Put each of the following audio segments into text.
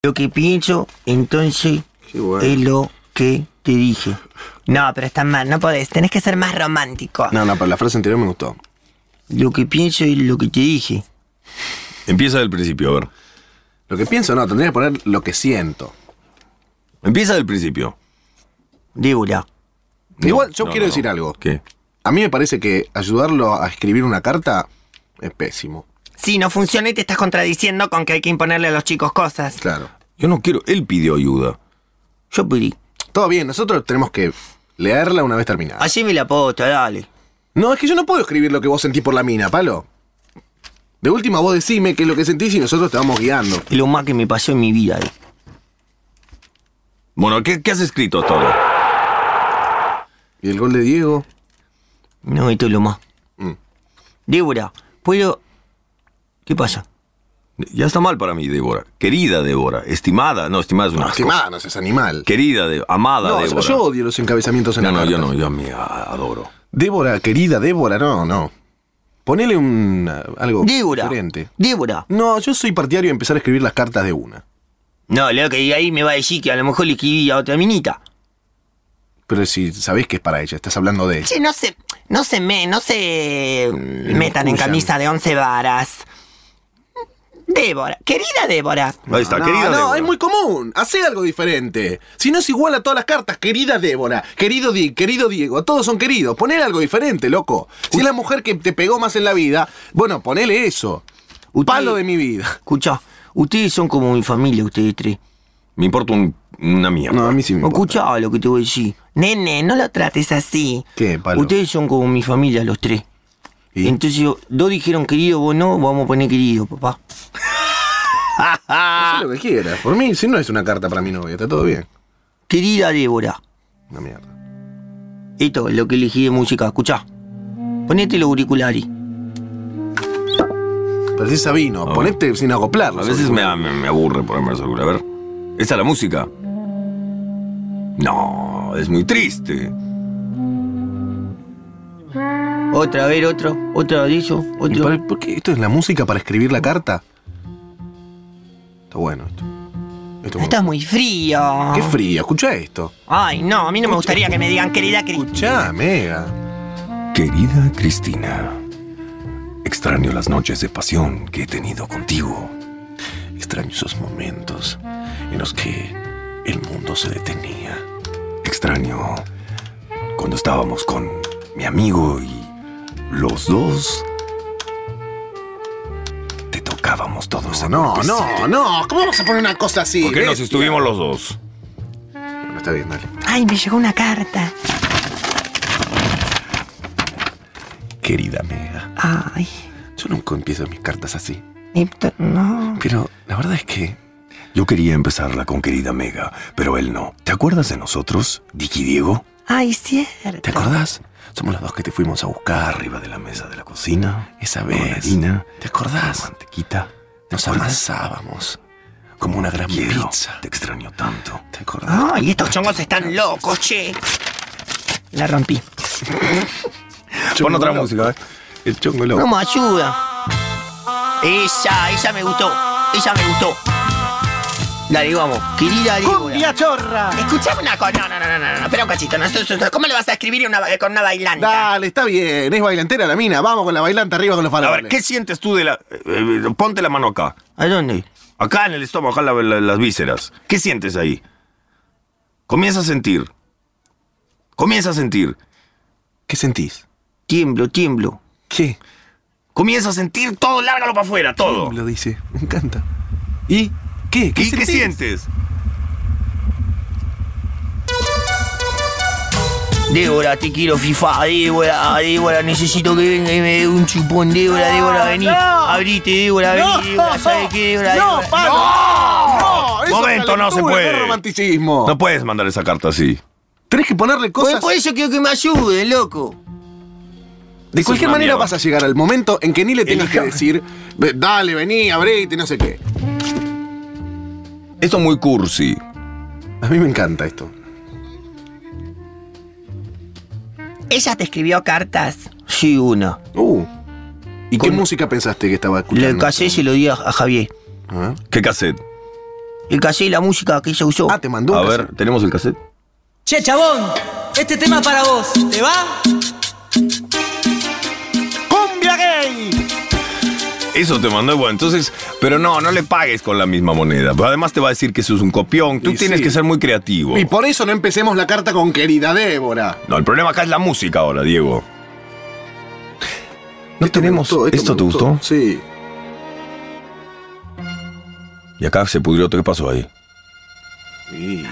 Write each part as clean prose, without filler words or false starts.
Lo que pienso, entonces, bueno. es lo que te dije. No, pero estás mal, no podés, tenés que ser más romántico. No, pero la frase anterior me gustó. Lo que pienso es lo que te dije. Empieza del principio, a ver. Lo que pienso, no, tendría que poner lo que siento. Empieza del principio. Débora. Igual, yo quiero decir algo. ¿Qué? A mí me parece que ayudarlo a escribir una carta es pésimo. Sí, no funciona y te estás contradiciendo con que hay que imponerle a los chicos cosas. Claro. Yo no quiero. Él pidió ayuda. Yo pedí. Todo bien, nosotros tenemos que leerla una vez terminada. Haceme la posta, dale. No, es que yo no puedo escribir lo que vos sentís por la mina, palo. De última, vos decime qué es lo que sentís y nosotros te vamos guiando. Es lo más que me pasó en mi vida, Bueno, ¿qué has escrito hasta ahora? ¿Y el gol de Diego? No, esto es lo más. Débora, ¿puedo...? ¿Qué pasa? Ya está mal para mí, Débora. Querida Débora. Estimada. No, estimada es una No, estimada, no seas animal. Querida, amada No, Débora. yo odio los encabezamientos en la carta. Yo a mí adoro. Débora, querida Débora, no. Ponele algo Débora. diferente. Débora. No, yo soy partidario de empezar a escribir las cartas de una. No, lo que diga ahí me va a decir que a lo mejor le escribí a otra minita. Pero si sabés que es para ella, estás hablando de... Che, no se metan en camisa de 11 varas. Débora, querida Débora. Ahí está, querida Débora. No, es muy común. Hacé algo diferente. Si no es igual a todas las cartas, querida Débora, querido Diego, todos son queridos. Ponele algo diferente, loco. Si es la mujer que te pegó más en la vida, bueno, ponele eso. Palo de mi vida. Escucha, ustedes son como mi familia, ustedes tres. Me importa una mierda. No, a mí sí me importa. Escucha lo que te voy a decir. Nene, no lo trates así. ¿Qué, Palo? Ustedes son como mi familia, los tres. ¿Y? Entonces, dos dijeron querido, vos no, vamos a poner querido, papá. Haz lo que quieras. Por mí, si no es una carta para mi novia, está todo bien. Querida Débora. Una mierda. Esto es lo que elegí de música. Escuchá. Ponete los auriculares. Parecés Sabino. Oh. Ponete sin acoplarlo. A veces me aburre ponerme el celular. A ver. ¿Esta es la música? No, es muy triste. Otra, a ver, otra de eso, ¿Y otro. ¿Por qué esto es la música para escribir la carta? Está bueno esto. Está muy frío. Qué frío, escucha esto. Ay, no, a mí no me gustaría que me digan querida Cristina. Escuchá, Mega. Querida Cristina, extraño las noches de pasión que he tenido contigo. Extraño esos momentos en los que el mundo se detenía. Extraño cuando estábamos con mi amigo y los dos te tocábamos todos. No, ¿cómo vamos a poner una cosa así? ¿Por qué nos bestia? estuvimos los dos? Bueno, está bien, dale. Ay, me llegó una carta. Querida Mega, Ay, yo nunca empiezo mis cartas así. no. Pero la verdad es que... Yo quería empezarla con querida Mega, pero él no. ¿Te acuerdas de nosotros, Dicky y Diego? Ay, cierto. ¿Te acordás? Somos los dos que te fuimos a buscar Arriba de la mesa de la cocina. esa con vez. harina, ¿Te acordás? con mantequita. ¿Te Nos acuerdas? amasábamos como una gran Quiero, pizza. te extraño tanto. ¿Te acordás? Ay, estos chongos están locos, che. La rompí. Pon otra música, El chongo loco. No me ayuda. Esa me gustó. Dale, vamos. Querida Débora. chorra! Escuchame una cosa. No, espera un cachito. ¿Cómo le vas a escribir con una bailanta? Dale, está bien. Es bailantera la mina. Vamos con la bailanta arriba con los A faroles. ver, ¿qué sientes tú de la... ponte la mano acá. ¿A dónde? Acá en el estómago, acá las vísceras. ¿Qué sientes ahí? Comienza a sentir. ¿Qué sentís? Tiemblo. ¿Qué? Comienza a sentir todo, lárgalo para afuera, todo. Lo dice. Me encanta. ¿Y qué? ¿Y qué sientes? Débora, te quiero FIFA. Débora, necesito que venga y me dé un chupón. Débora, vení. Abrite, Débora, vení. Débora, ¿sabes qué, Débora? ¡No, Débora. Palo! ¡No! Eso Momento, es no se calentura, puede. no es romanticismo. No puedes mandar esa carta así. Tenés que ponerle Pues cosas... por eso quiero que me ayuden, loco. De Eso cualquier es una manera mierda. vas a llegar al momento en que ni le tengas que Elija. decir dale, vení, abrite, no sé qué. Esto es muy cursi. A mí me encanta esto. ¿Ella te escribió cartas? Sí, una. ¿Y qué Con- música pensaste que estaba Le escuchando? casé y se lo di a Javier. ¿Ah? ¿Qué cassette? El cassette, la música que ella usó. Ah, te mandó A un ver, cassette. ¿tenemos el cassette? Che, chabón, este tema es para vos, ¿te va? ¡Cumbia gay! Eso te mandó, bueno, entonces, pero no le pagues con la misma moneda. Además te va a decir que eso es un copión. Tú Y tienes sí. que ser muy creativo. Y por eso no empecemos la carta con querida Débora. No, el problema acá es la música ahora, Diego. No Esto me tenemos. gustó, ¿Esto me te gustó? Sí. Y acá se pudrió. ¿Qué pasó ahí? Sí.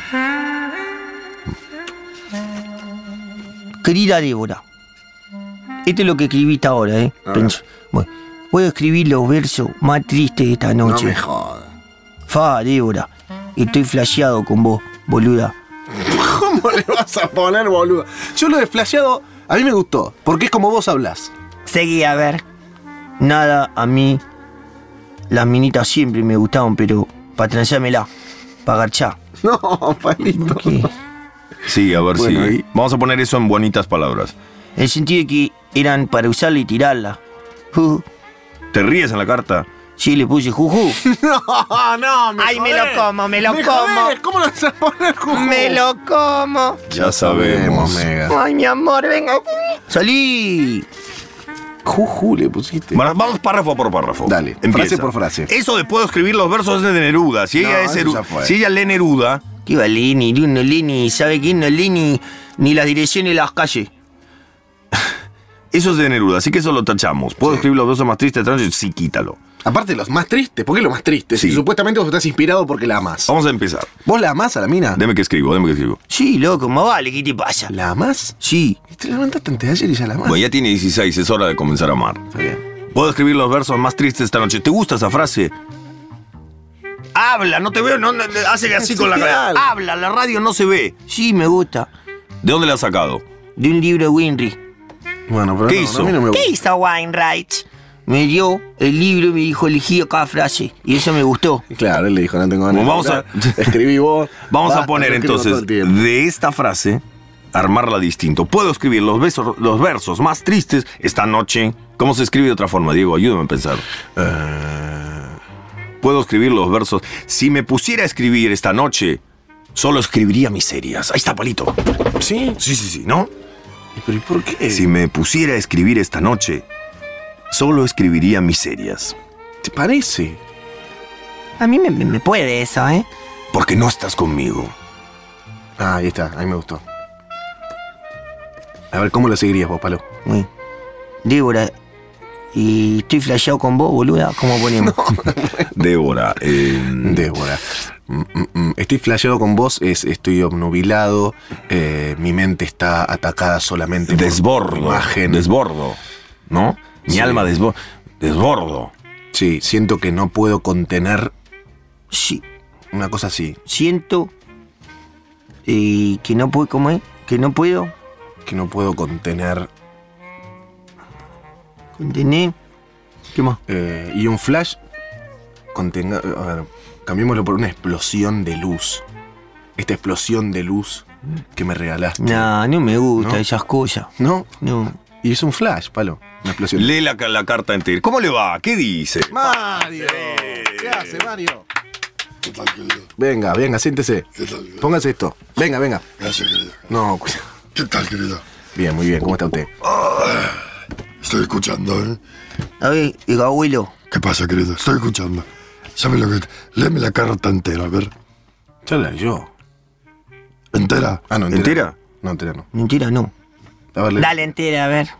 Querida Débora, esto es lo que escribiste ahora, ¿eh? A ver. Bueno, voy a escribir los versos más tristes de esta No noche. me jodas. Fa, Débora, estoy flasheado con vos, boluda. ¿Cómo le vas a poner, boludo? Yo lo de flasheado, a mí me gustó, porque es como vos hablás. Seguí, a ver. Nada, a mí, las minitas siempre me gustaban, pero para transármela, para garchar. No, palito. ¿Qué? Sí, a ver Bueno, si. y- Vamos a poner eso en bonitas palabras. En el sentido de que eran para usarla y tirarla. ¿Te ríes en la carta? Sí, le puse juju. No, me Ay, me lo jodés. como, me lo Me como. jodés, ¿cómo lo vas a poner, juju? Me lo como. Ya sabemos. Mega. Ay, mi amor, venga. Salí. Juju le pusiste. Bueno, vamos párrafo por párrafo. Dale, frase por frase. Eso de puedo escribir los versos es de Neruda. Si ella, No, es eso ya fue. si ella lee Neruda, ¿Qué va Leni? No Leni, ¿sabe quién no Leni? Ni las direcciones de las calles. eso es de Neruda. Así que eso lo tachamos. ¿Puedo escribir los versos más tristes de esta noche? Sí, quítalo. Aparte, los más tristes. ¿Por qué los más tristes? Sí. Si supuestamente vos estás inspirado porque la amás. Vamos a empezar. ¿Vos la amás a la mina? Deme que escribo. Sí, loco, más vale, ¿qué te pasa? ¿La amás? Sí. Y te levantaste antes de ayer y ya la amás. Bueno, ya tiene 16, es hora de comenzar a amar. Está bien. ¿Puedo escribir los versos más tristes esta noche? ¿Te gusta esa frase? Habla, no te veo, no, hace así con la cara. Habla. Habla, la radio no se ve. Sí, me gusta. ¿De dónde la has sacado? De un libro de Winry. Bueno, pero ¿Qué no, hizo? a mí no me gusta. ¿Qué hizo Wainwright? Me dio el libro y me dijo elegí cada frase. Y eso me gustó. Claro, él le dijo, no tengo ganas. Bueno, vamos de a- votar. Escribí vos. Vamos Basta, a poner yo escribo todo entonces el tiempo. de esta frase, armarla distinto. ¿Puedo escribir los versos más tristes esta noche? ¿Cómo se escribe de otra forma, Diego? Ayúdame a pensar. Puedo escribir los versos. Si me pusiera a escribir esta noche, solo escribiría miserias. Ahí está, palito. ¿Sí? Sí, ¿no? ¿Pero y por qué? Si me pusiera a escribir esta noche, solo escribiría miserias. ¿Te parece? A mí me puede eso, ¿eh? Porque no estás conmigo. Ah, ahí está, ahí me gustó. A ver, ¿cómo lo seguirías vos, Palo? Uy. Débora, y estoy flasheado con vos, boluda. ¿Cómo ponemos? Débora, Débora. Estoy flasheado con vos, estoy obnubilado, mi mente está atacada solamente por tu desbordo. imagen. Desbordo. ¿No? Mi Sí. alma desbordo. Sí, siento que no puedo contener Sí, una cosa así. siento que no puedo, ¿cómo es? Que no puedo Que no puedo contener. contener. ¿Qué más? Y un flash contenga. A ver, cambiémoslo por una explosión de luz. Esta explosión de luz que me regalaste. Nah, no me gustan ¿No? esas cosas. ¿No? No. Y es un flash, Palo. Una explosión. Lee la carta entera. ¿Cómo le va? ¿Qué dice? Mario. ¿Qué hace, Mario? ¿Qué tal, querido? Venga, venga, siéntese. ¿Qué tal, querido? Póngase esto. Venga, venga. Gracias, querido. No, cuidado. ¿Qué tal, querido? Bien, muy bien. ¿Cómo está usted? Estoy escuchando, ¿eh? A ver, el abuelo. ¿Qué pasa, querido? Estoy escuchando. ¿Sabes lo que...? Léeme la carta entera, a ver. Ya la yo. ¿Entera? Ah, no, ¿Entera? No, entera no. Mentira, no. A ver, Dale entera, a ver.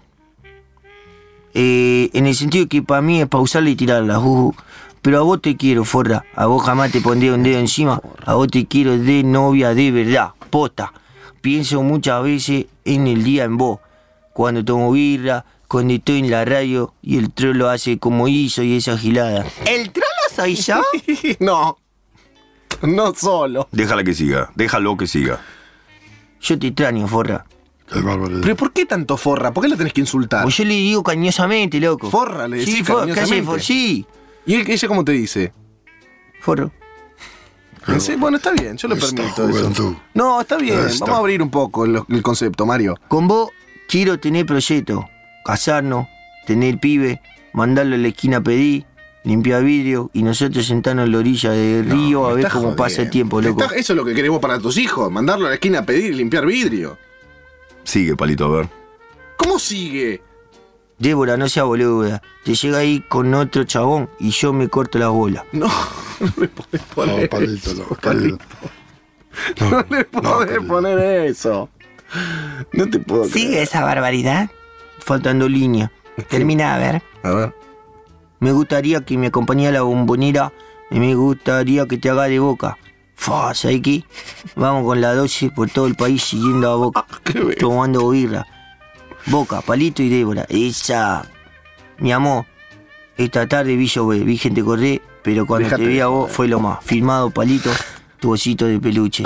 En el sentido que para mí es pausarla y tirarla. Pero a vos te quiero, forra. A vos jamás te pondré un dedo encima. A vos te quiero de novia de verdad. Posta. Pienso muchas veces en el día en vos. Cuando tomo birra, cuando estoy en la radio y el trolo hace como hizo y esa gilada. ¿El trolo soy yo? No. No solo. Déjala que siga. Déjalo que siga. Yo te extraño, forra. Qué barbaridad. ¿Pero por qué tanto forra? ¿Por qué la tenés que insultar? Pues yo le digo cariñosamente, loco. Forra, le decís sí, cariñosamente. sí, ¿Y ella cómo te dice? forro. Bueno, está bien, yo lo Esta permito eso. juventud. No, está bien. Esta. Vamos a abrir un poco el concepto, Mario. Con vos quiero tener proyecto, casarnos, tener pibe, mandarlo a la esquina a pedir, limpiar vidrio y nosotros sentarnos en la orilla del río a Me ver estás cómo pasa el jodiendo. tiempo, loco. Eso es lo que querés vos para tus hijos, mandarlo a la esquina a pedir y limpiar vidrio. Sigue, Palito, a ver. ¿Cómo sigue? Débora, no sea boluda. Te llega ahí con otro chabón y yo me corto las bolas. No, no le podés poner No, Palito, eso, no, querido. No le podés querido. poner eso. No te puedo creer. esa barbaridad? Faltando línea. Termina, a ver. A ver. Me gustaría que me acompañe a la bombonera y me gustaría que te haga de Boca. Fua, ¿sabes qué? Vamos con la 12 por todo el país siguiendo a Boca, qué bello. tomando birra. Boca, Palito y Débora. Esa. Mi amor, esta tarde vi llover, vi gente correr, pero cuando Déjate te vi de a vos joder. fue lo más. Filmado, Palito, tu osito de peluche.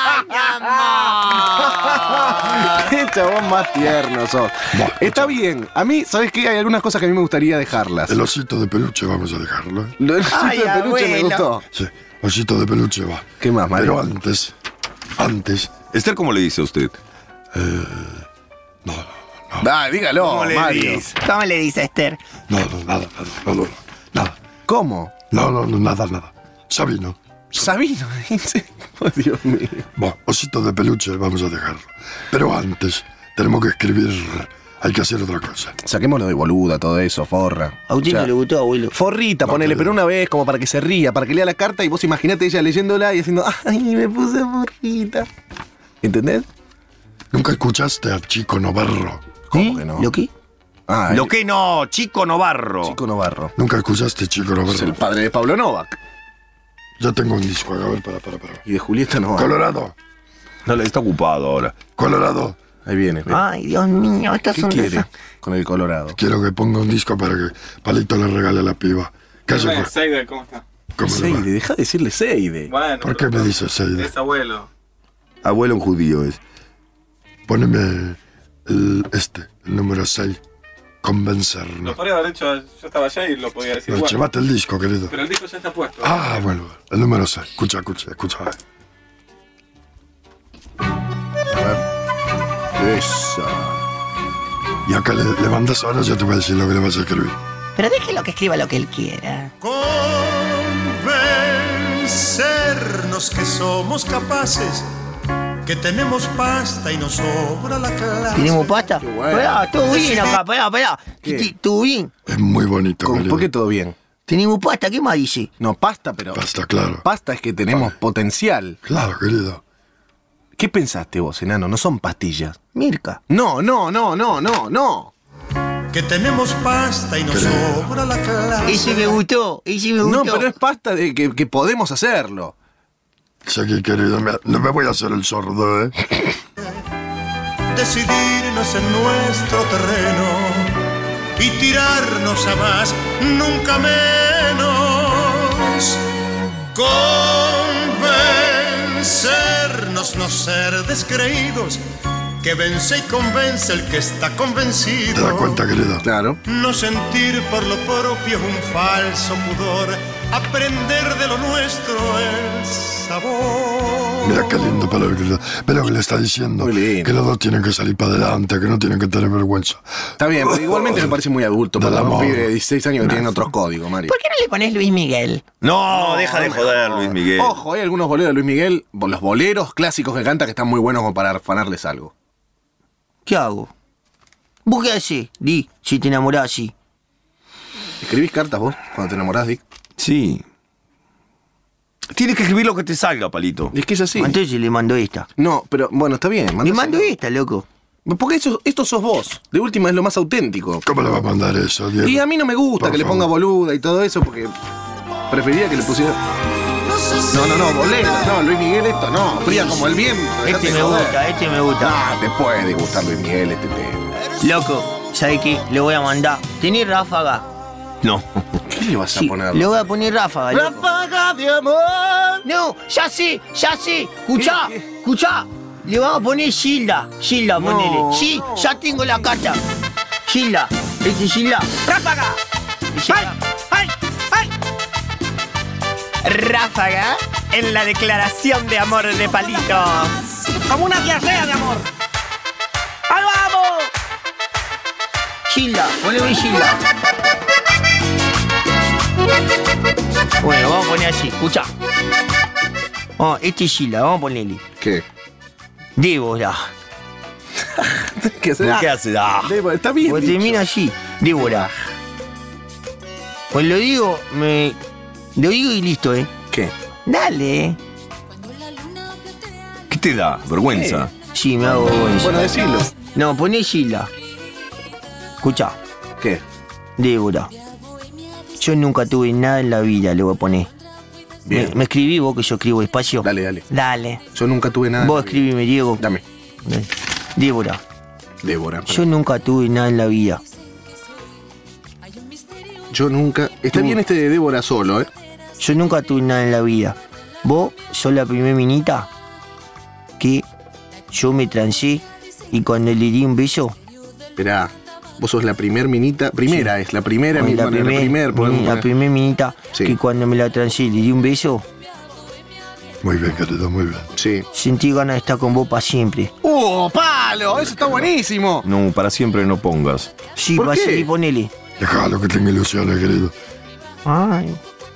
Qué chabón más tierno sos. Está bien. A mí, ¿sabes qué? Hay algunas cosas que a mí me gustaría dejarlas. El osito de peluche vamos a dejarlo. Lo del osito Ay, de peluche me abuelo. gustó. Sí, osito de peluche va. ¿Qué más, Mario? Pero antes, Esther, ¿cómo le dice a usted? Dígalo, ¿Cómo le Mario. dice? ¿Cómo le dice Esther? nada. ¿Cómo? No, nada. Sabino. Sabino, dice. Oh, Dios mío. Bueno, osito de peluche vamos a dejarlo. Pero antes, tenemos que escribir. Hay que hacer otra cosa. Saquémoslo de boluda, todo eso, forra. ¿A usted O sea, no le gustó, abuelo? Forrita, No, ponele, querido. pero una vez, como para que se ría, para que lea la carta y vos imaginate ella leyéndola y haciendo, ay, me puse forrita. ¿Entendés? ¿Nunca escuchaste a Chico Novarro? ¿Cómo que no? ¿Lo qué? Ah, Lo que no, Chico Novarro. Chico Novarro. ¿Nunca escuchaste Chico Es el Novarro? padre de Pablo Novak. Yo tengo un disco, a ver, para. Y de Julieta Novak. Colorado, No, está ocupado ahora. Colorado. Ahí viene. Ay, Dios mío, estos ¿Qué son de quiere esas- con el Colorado? Quiero que ponga un disco para que Palito le regale a la piba. ¿Qué se fue? Seide, ¿cómo está? ¿Cómo le va? Seide, deja de decirle Seide. Bueno. ¿Por qué me dices Seide? Es abuelo. Abuelo un judío es. Poneme el número 6. Lo Convencernos. podría haber hecho, yo estaba allá y lo podía decir No, igual. llévate el disco, querido. Pero el disco ya está puesto. Ah, bueno, el número 6. Escucha. Esa. Y acá le mandas ahora, ya te voy a decir lo que le vas a escribir. Pero déjelo que escriba lo que él quiera. Convencernos que somos capaces, que tenemos pasta y nos sobra la clase. ¿Tenemos pasta? bueno. Esperá, todo bien acá, esperá. ¿Qué? ¿Todo bien? Es muy bonito, querido. ¿Por qué todo bien? ¿Tenemos pasta? ¿Qué más dice? No, pasta, pero. Pasta, claro. Pasta es que tenemos potencial. Claro, querido. ¿Qué pensaste vos, enano? No son pastillas. Mirka. No. Que tenemos pasta y nos sobra la clase. Ese me gustó. No, pero es pasta de que podemos hacerlo. Seguí, querido. No me voy a hacer el sordo, ¿eh? Decidirnos en nuestro terreno y tirarnos a más, nunca menos. Convencernos, no ser descreídos, que vence y convence el que está convencido. ¿Te das cuenta, querido? Claro. No sentir por lo propio un falso pudor, aprender de lo nuestro el sabor. Mira qué lindo palabra, querido. Ve lo que le está diciendo. Muy lindo. Que los dos tienen que salir para adelante, que no tienen que tener vergüenza. Está bien, pero igualmente me parece muy adulto Del para un amor. pibe de 16 años que tienen otros códigos, Mario. ¿Por qué no le pones Luis Miguel? No, deja de joder, Luis Miguel. Ojo, hay algunos boleros de Luis Miguel, los boleros clásicos que canta que están muy buenos como para afanarles algo. ¿Qué hago? ¿Vos qué haces? Di, si te enamorás así. ¿Escribís cartas vos cuando te enamorás, Dick? Sí. Tienes que escribir lo que te salga, Palito. Y es que es así. Entonces le mando esta. No, pero bueno, está bien. Le mandáselo. mando esta, loco. Porque esto sos vos. De última es lo más auténtico. ¿Cómo le va a mandar eso, Diego? Y a mí no me gusta Por que le favor. ponga boluda y todo eso porque preferiría que le pusiera... No, bolero. No, Luis Miguel esto no. Fría como el viento. dejate Este me joder. gusta, este me gusta. No, te puede gustar Luis Miguel este tema. Loco, ¿sabes qué? Le voy a mandar. ¿Tenés ráfaga? No. ¿Qué le vas a Sí, poner? le voy a poner ráfaga, loco. ¡Ráfaga de amor! No, ya sé. Escuchá. Le vamos a poner Gilda, ponele. Sí, ya tengo la carta. Gilda, ¿este es Gilda? ¡Ráfaga! ¡Ay! Ráfaga en la declaración de amor de Palito. Como una diarrea de amor. ¡Ahí vamos! Gilda, poneme Gilda. Bueno, vamos a poner así, escucha. Este es Sheila, vamos a ponerle. ¿Qué? Débora. ¿Qué hace? ¿Qué hace? Débora, está bien. Porque dicho. termina así, Débora. Pues lo digo, lo digo y listo, ¿Qué? Dale. ¿Qué te da? ¿Vergüenza? Sí, me hago vergüenza. Bueno, decilo. No, poné Sheila. Escucha, ¿Qué? Débora. Yo nunca tuve nada en la vida, le voy a poner. Bien. Me escribí vos, que yo escribo despacio. Dale, dale. Dale. Yo nunca tuve nada. Vos escribime, Diego. Dame. Dale. Débora, Débora. yo nunca tuve nada en la vida. Yo nunca. Está bien este de Débora solo, ¿eh? Yo nunca tuve nada en la vida. Vos sos la primer minita que yo me trancé y cuando le di un beso, Esperá. Vos sos la primer minita. Primera es, la primera la minita. primer minita Sí. que cuando me la trancé y le di un beso, Muy bien, querido, muy bien. Sí. sentí ganas de estar con vos para siempre. ¡Palo! Eso está buenísimo. No, para siempre no pongas. Sí, ¿Por va a qué? seguir, ponele. Déjalo que tenga ilusiones, querido. Ay,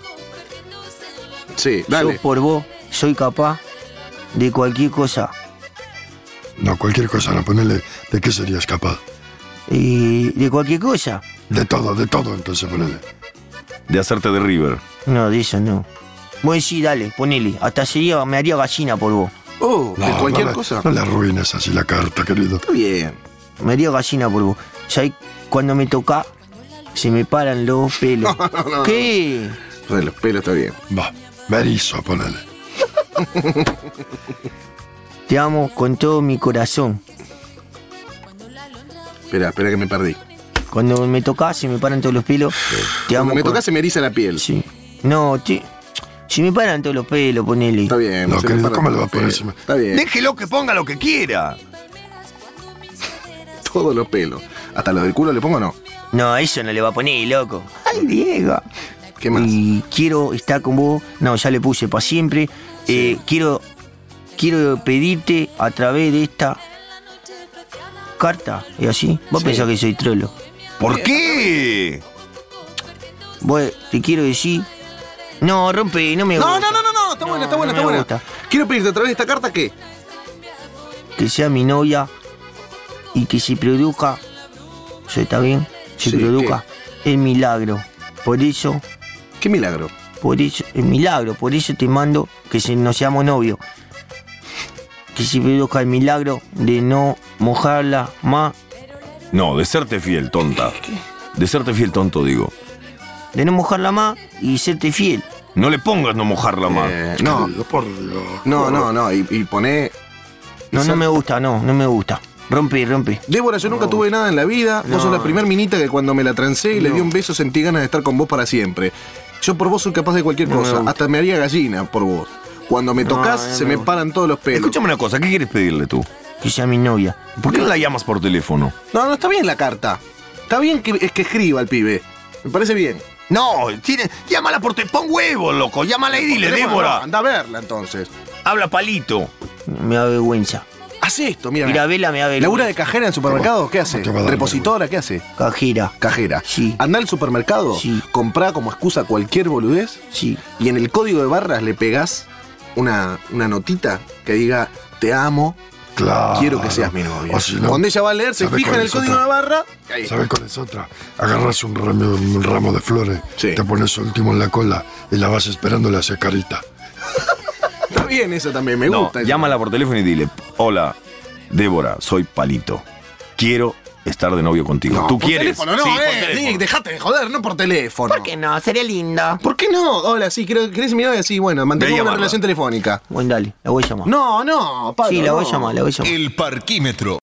Sí, yo dale. por vos soy capaz de cualquier cosa. No, cualquier cosa, no ponele. ¿De qué serías capaz? De cualquier cosa. De todo, entonces ponele. De hacerte de River. No, de eso no. Bueno, sí, dale, ponele. Hasta me haría gallina por vos. ¿De cualquier no cosa? No le arruines así la carta, querido. Está bien. Me haría gallina por vos. ¿Sabes? Cuando me toca, se me paran los pelos. No. ¿Qué? Pues los pelos está bien. Va, me erizo, ponele. Te amo con todo mi corazón. Espera que me perdí. Cuando me tocas, se me paran todos los pelos. Te amo. Cuando me tocas se me eriza la piel. Sí. No, se me paran todos los pelos, ponele. Está bien. No, se me querido, paran ¿cómo le va a los poner pelos. si me- Está bien. Déjelo que ponga lo que quiera. Todos los pelos. ¿Hasta los del culo le pongo o no? No, eso no le va a poner, loco. Ay, Diego. ¿Qué más? Y quiero estar con vos. No, ya le puse para siempre. Quiero pedirte a través de esta carta. ¿Es así? Vos pensás que soy trolo. ¿Por qué? Vos te quiero decir. No, rompe, no me gusta. No. Está buena, está buena, no está me buena. gusta. Quiero pedirte a través de esta carta que. Que sea mi novia y que se produzca. ¿Eso está bien? Se Sí, produzca el milagro. Por eso, ¡Qué milagro! el milagro. Por eso te mando que nos seamos novios. Que se produzca el milagro de no mojarla más. No, de serte fiel, tonta. De serte fiel, tonto, digo. De no mojarla más y serte fiel. No le pongas no mojarla más. No, Querido, por Dios. no. Y poné. No me gusta, no me gusta. Rompe. Débora, yo nunca tuve nada en la vida. Vos sos la primer minita que cuando me la trancé y le di un beso sentí ganas de estar con vos para siempre. Yo por vos soy capaz de cualquier No me cosa. gusta. Hasta me haría gallina por vos. Cuando me tocas, no se me me gusta. paran todos los pelos. Escúchame una cosa, ¿qué quieres pedirle tú? Que sea mi novia. ¿Por qué no la llamas por teléfono? No, está bien la carta. Está bien que escriba el pibe. Me parece bien. No, llámala por teléfono. Pon huevo, loco. Llámala y dile, Teléfono, Débora. no, anda a verla entonces. Habla palito. Me da vergüenza. Haz esto, mira. Mira, vela me da vergüenza. ¿Labura de cajera en supermercado? ¿Qué hace? te va a dar ¿Repositora? ¿Qué hace? Cajera. Cajera. Sí. Anda al supermercado, Sí. comprá como excusa cualquier boludez Sí. y en el código de barras le pegás una notita que diga te amo, Claro. quiero que seas mi novia. O si no, Cuando ella va a leer, se ¿sabe fija cuál en el es código otra? de barra. Ahí. ¿Sabes cuál es otra? Agarras un ramo de flores, Sí. te pones último en la cola y la vas esperando y le hace carita. Está bien eso también, me No, gusta. eso. llámala por teléfono y dile, hola, Débora, soy Palito. Quiero estar de novio contigo. No, ¿Tú por quieres? teléfono, no, Sí, por teléfono. Nick, dejate de joder, no por teléfono. ¿Por qué no? Sería lindo. ¿Por qué no? Hola, sí, ¿querés mi novia? Sí, bueno, mantengamos una llamarla. relación telefónica. Bueno, dale, la voy a llamar. No, Pablo. Sí, la voy a no. llamar. El Parquímetro.